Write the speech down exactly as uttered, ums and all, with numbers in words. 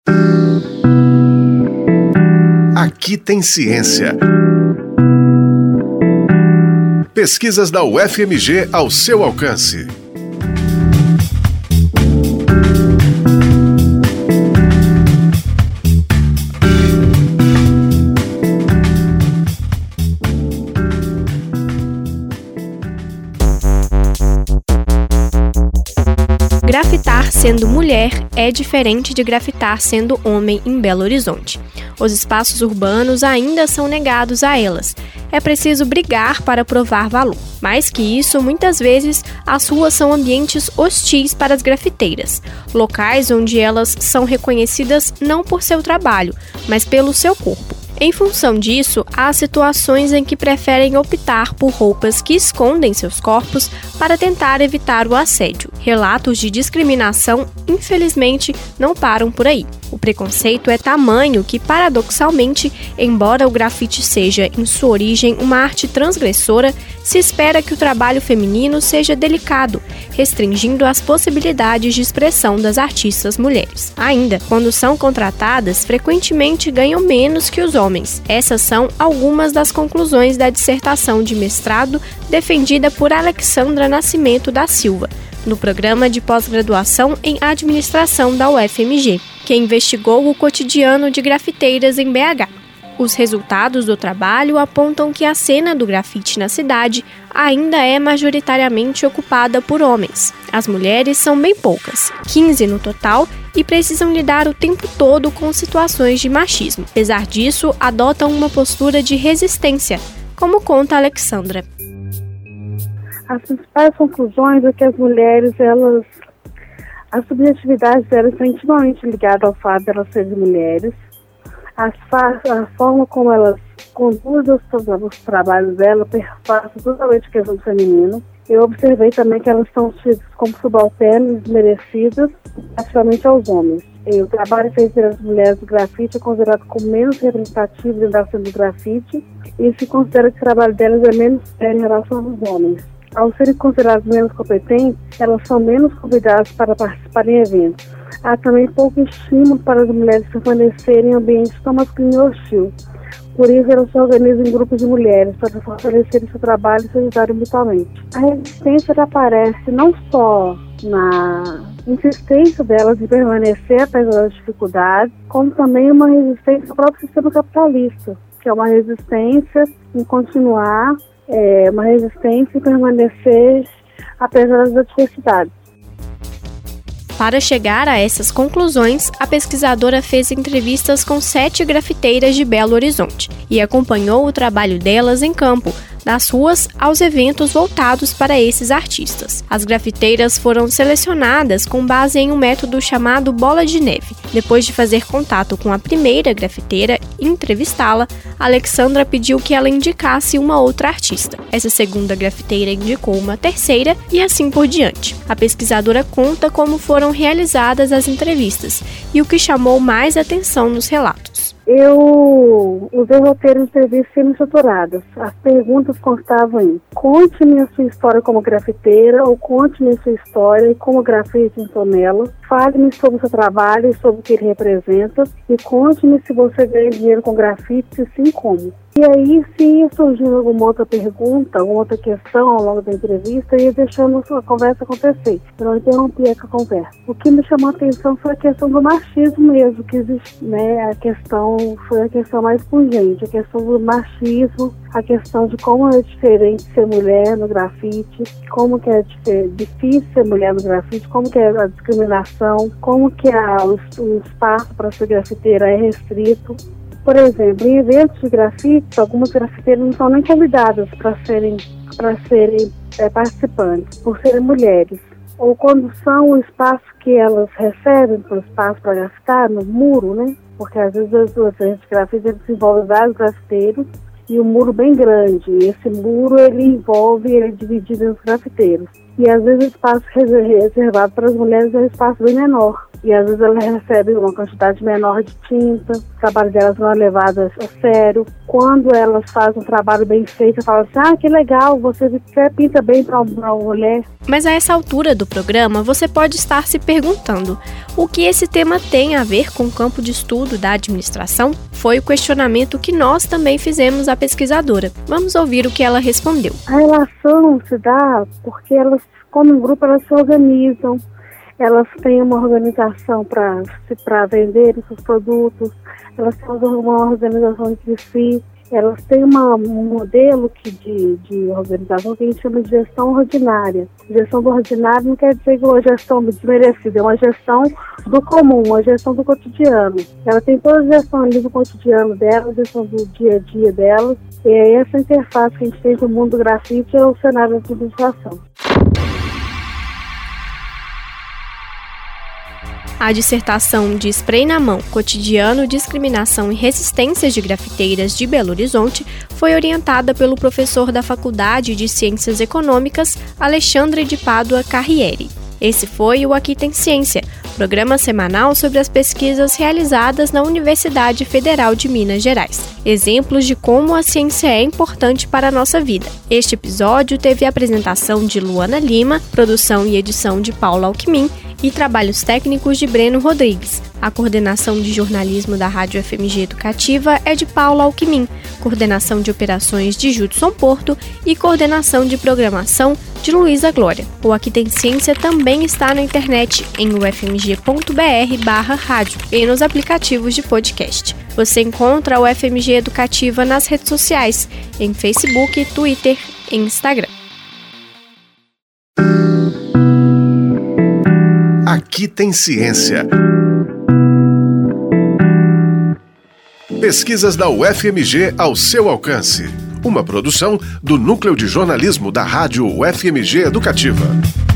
Aqui tem ciência. Pesquisas da U F M G ao seu alcance. Grafitar sendo mulher é diferente de grafitar sendo homem em Belo Horizonte. Os espaços urbanos ainda são negados a elas. É preciso brigar para provar valor. Mais que isso, muitas vezes, as ruas são ambientes hostis para as grafiteiras, locais onde elas são reconhecidas não por seu trabalho, mas pelo seu corpo. Em função disso, há situações em que preferem optar por roupas que escondem seus corpos para tentar evitar o assédio. Relatos de discriminação, infelizmente, não param por aí. O preconceito é tamanho que, paradoxalmente, embora o grafite seja, em sua origem, uma arte transgressora, se espera que o trabalho feminino seja delicado, restringindo as possibilidades de expressão das artistas mulheres. Ainda, quando são contratadas, frequentemente ganham menos que os homens. Essas são algumas das conclusões da dissertação de mestrado defendida por Alexandra Nascimento da Silva, no programa de pós-graduação em administração da U F M G, que investigou o cotidiano de grafiteiras em B H. Os resultados do trabalho apontam que a cena do grafite na cidade ainda é majoritariamente ocupada por homens. As mulheres são bem poucas, quinze no total, e precisam lidar o tempo todo com situações de machismo. Apesar disso, adotam uma postura de resistência, como conta a Alexandra. As principais conclusões é que as mulheres, elas, a subjetividade delas está intimamente ligada ao fato de elas serem mulheres. As fa- a forma como elas conduzem os, os trabalhos delas perpassa totalmente a questão do feminino. Eu observei também que elas estão tidas como subalternas, desmerecidas, praticamente aos homens. E o trabalho feito pelas mulheres do grafite é considerado como menos representativo dentro da cena do grafite e se considera que o trabalho delas é menos sério em relação aos homens. Ao serem consideradas menos competentes, elas são menos convidadas para participar em eventos. Há também pouco estímulo para as mulheres permanecerem em ambientes tão masculino e hostil. Por isso, elas se organizam em grupos de mulheres para fortalecerem seu trabalho e se ajudarem mutuamente. A resistência aparece não só na insistência delas em permanecer apesar das dificuldades, como também uma resistência ao próprio sistema capitalista, que é uma resistência em continuar, é, uma resistência em permanecer apesar das adversidades. Para chegar a essas conclusões, a pesquisadora fez entrevistas com sete grafiteiras de Belo Horizonte e acompanhou o trabalho delas em campo, das ruas aos eventos voltados para esses artistas. As grafiteiras foram selecionadas com base em um método chamado bola de neve. Depois de fazer contato com a primeira grafiteira e entrevistá-la, Alexandra pediu que ela indicasse uma outra artista. Essa segunda grafiteira indicou uma terceira e assim por diante. A pesquisadora conta como foram realizadas as entrevistas e o que chamou mais atenção nos relatos. Eu usei roteiro de entrevistas semi-estruturadas. As perguntas constavam em: conte-me a sua história como grafiteira, ou conte-me a sua história e como grafite entrou nela. Fale-me sobre o seu trabalho e sobre o que ele representa. E conte-me se você ganha dinheiro com grafite, se sim, como. E aí, se ia surgindo alguma outra pergunta, alguma outra questão ao longo da entrevista, eu ia deixando a conversa acontecer. Eu não interrompia a conversa. O que me chamou a atenção foi a questão do machismo mesmo, que existe, né? A questão foi a questão mais pungente, a questão do machismo, a questão de como é diferente ser mulher no grafite, como que é difícil ser mulher no grafite, como que é a discriminação, como que a, o, o espaço para ser grafiteira é restrito. Por exemplo, em eventos de grafite, algumas grafiteiras não são nem convidadas para serem, para serem é, participantes, por serem mulheres. Ou quando são, o espaço que elas recebem, o espaço para grafitar, no muro, né? Porque às vezes as eventos de grafite envolvem vários grafiteiros e um muro bem grande. E esse muro, ele envolve, ele é dividido entre os grafiteiros. E às vezes o espaço reservado para as mulheres é um espaço bem menor. e às vezes elas recebem uma quantidade menor de tinta, o trabalho delas não é levado a sério. Quando elas fazem um trabalho bem feito, falam assim, ah, que legal, você pinta bem para uma mulher. Mas a essa altura do programa, você pode estar se perguntando, o que esse tema tem a ver com o campo de estudo da administração? Foi o questionamento que nós também fizemos à pesquisadora. Vamos ouvir o que ela respondeu. A relação se dá porque elas, como grupo, elas se organizam, elas têm uma organização para para vender seus produtos, elas têm uma organização entre si, elas têm uma, um modelo que de, de organização que a gente chama de gestão ordinária. Gestão do ordinário não quer dizer que é uma gestão desmerecida, é uma gestão do comum, uma gestão do cotidiano. Ela tem toda a gestão ali do cotidiano dela, a gestão do dia a dia dela, e é essa interface que a gente tem do mundo do grafite é o cenário da administração. A dissertação de Spray na Mão, Cotidiano, Discriminação e Resistências de Grafiteiras de Belo Horizonte foi orientada pelo professor da Faculdade de Ciências Econômicas, Alexandre de Pádua Carrieri. Esse foi o Aqui Tem Ciência, programa semanal sobre as pesquisas realizadas na Universidade Federal de Minas Gerais. Exemplos de como a ciência é importante para a nossa vida. Este episódio teve a apresentação de Luana Lima, produção e edição de Paula Alckmin e trabalhos técnicos de Breno Rodrigues. A coordenação de jornalismo da Rádio F M G Educativa é de Paula Alckmin, coordenação de operações de Judson Porto e coordenação de programação de Luísa Glória. O Aqui Tem Ciência também está na internet em u f m g ponto b r barra rádio e nos aplicativos de podcast. Você encontra o F M G Educativa nas redes sociais, em Facebook, Twitter e Instagram. Aqui Tem Ciência. Pesquisas da U F M G ao seu alcance. Uma produção do Núcleo de Jornalismo da Rádio U F M G Educativa.